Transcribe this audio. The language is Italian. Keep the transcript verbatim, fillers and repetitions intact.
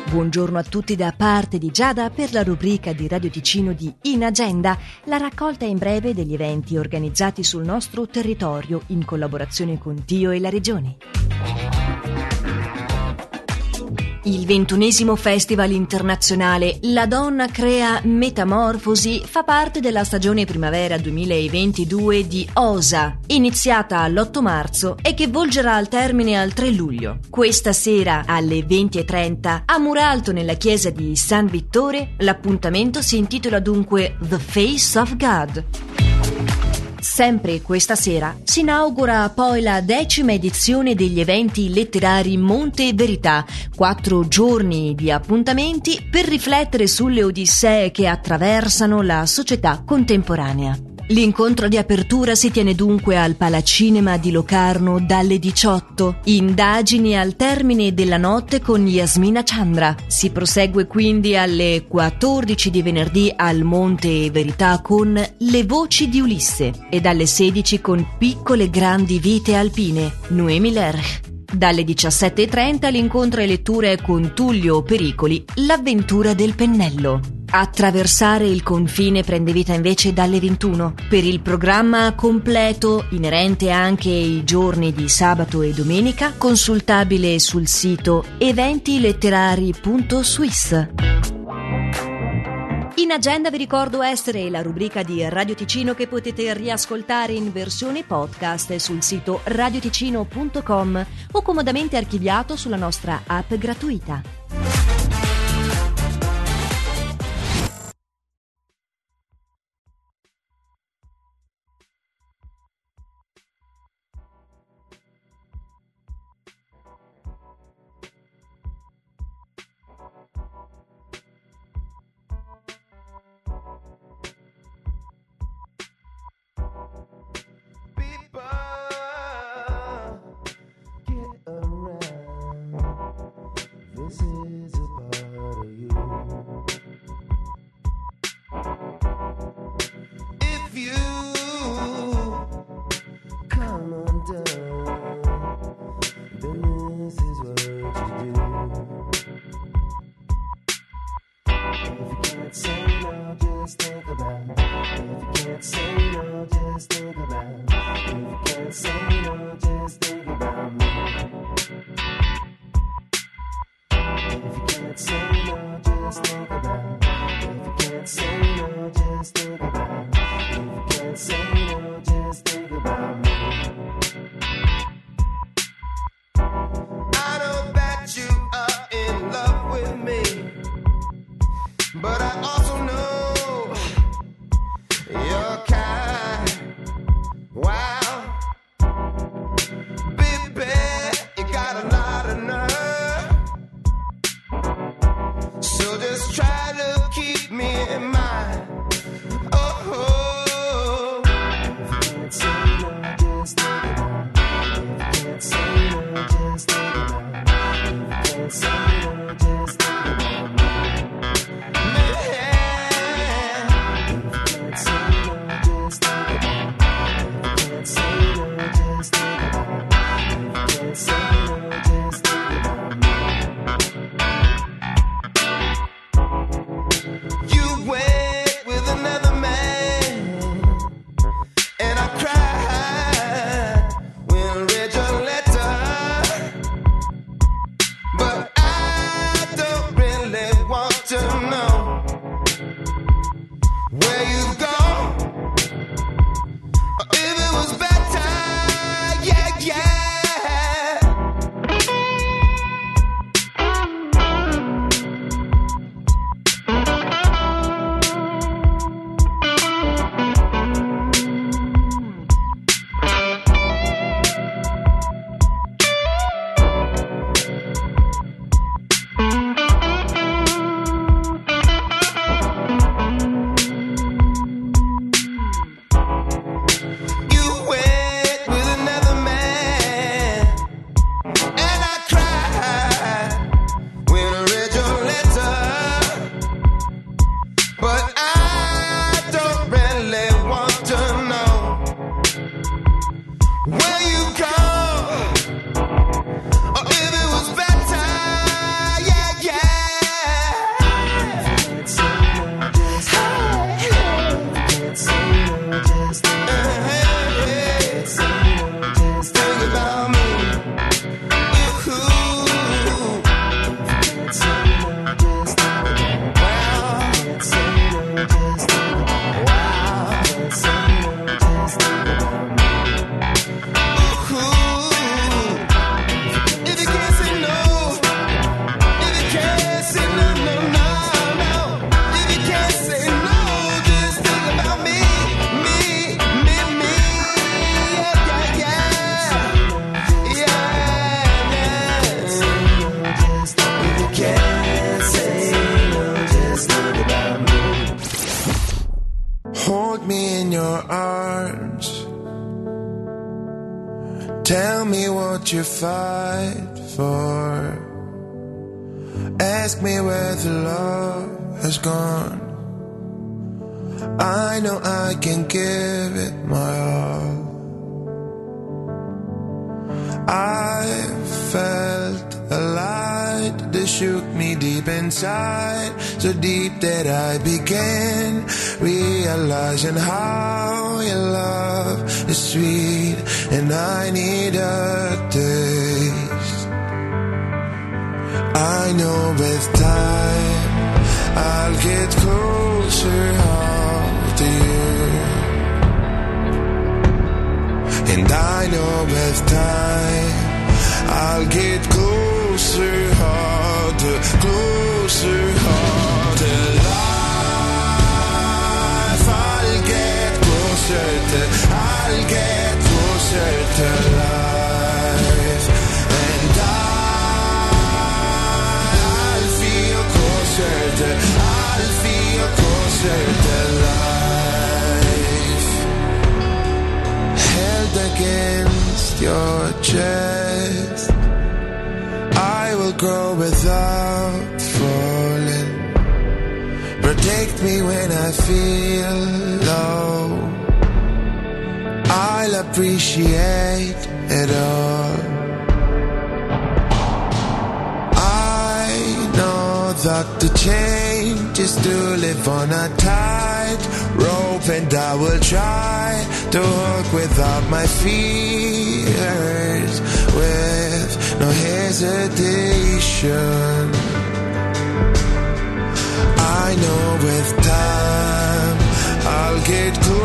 Buongiorno a tutti da parte di Giada per la rubrica di Radio Ticino di In Agenda, la raccolta in breve degli eventi organizzati sul nostro territorio in collaborazione con Dio e la Regione. Il ventunesimo Festival internazionale La Donna Crea Metamorfosi fa parte della stagione primavera duemilaventidue di OSA, iniziata l'otto marzo e che volgerà al termine al tre luglio. Questa sera alle venti e trenta a Muralto nella chiesa di San Vittore l'appuntamento si intitola dunque The Face of God. Sempre questa sera si inaugura poi la decima edizione degli eventi letterari Monte Verità, quattro giorni di appuntamenti per riflettere sulle odissee che attraversano la società contemporanea. L'incontro di apertura si tiene dunque al Palacinema di Locarno dalle diciotto. Indagini al termine della notte con Yasmina Chandra. Si prosegue quindi alle quattordici di venerdì al Monte Verità con Le Voci di Ulisse e dalle sedici con Piccole Grandi Vite Alpine, Noemi Lerch. Dalle diciassette e trenta l'incontro e letture con Tullio Pericoli, L'avventura del pennello. Attraversare il confine prende vita invece dalle ventuno. Per il programma completo, inerente anche ai giorni di sabato e domenica, consultabile sul sito eventiletterari punto swiss. In Agenda vi ricordo essere la rubrica di Radio Ticino che potete riascoltare in versione podcast sul sito radioticino punto com o comodamente archiviato sulla nostra app gratuita. This is a part of you. If you come undone, then this is what you do. If you can't say no, just think about it. If you can't say no, just think about it. If you can't say no, just think about me. If you can't say no, just think about it. If you can't say no, just think about it. If you can't say no, just think about me. I know that you are what you fight for. Ask me where the love has gone. I know I can give it my all. I felt a light that shook me deep inside, so deep that I began realizing how your love is sweet, and I need a taste. I know with time I'll get closer to you, and I know with time I'll get closer, harder, closer, harder. Life, I'll get closer to, I'll get closer to life, and I, I'll feel closer to, I'll feel closer to life. Held against your chest, I will grow without falling. Protect me when I feel low, I'll appreciate it all. I know that the change is to live on a tight rope, and I will try to walk without my fears, with no hesitation. I know with time I'll get closer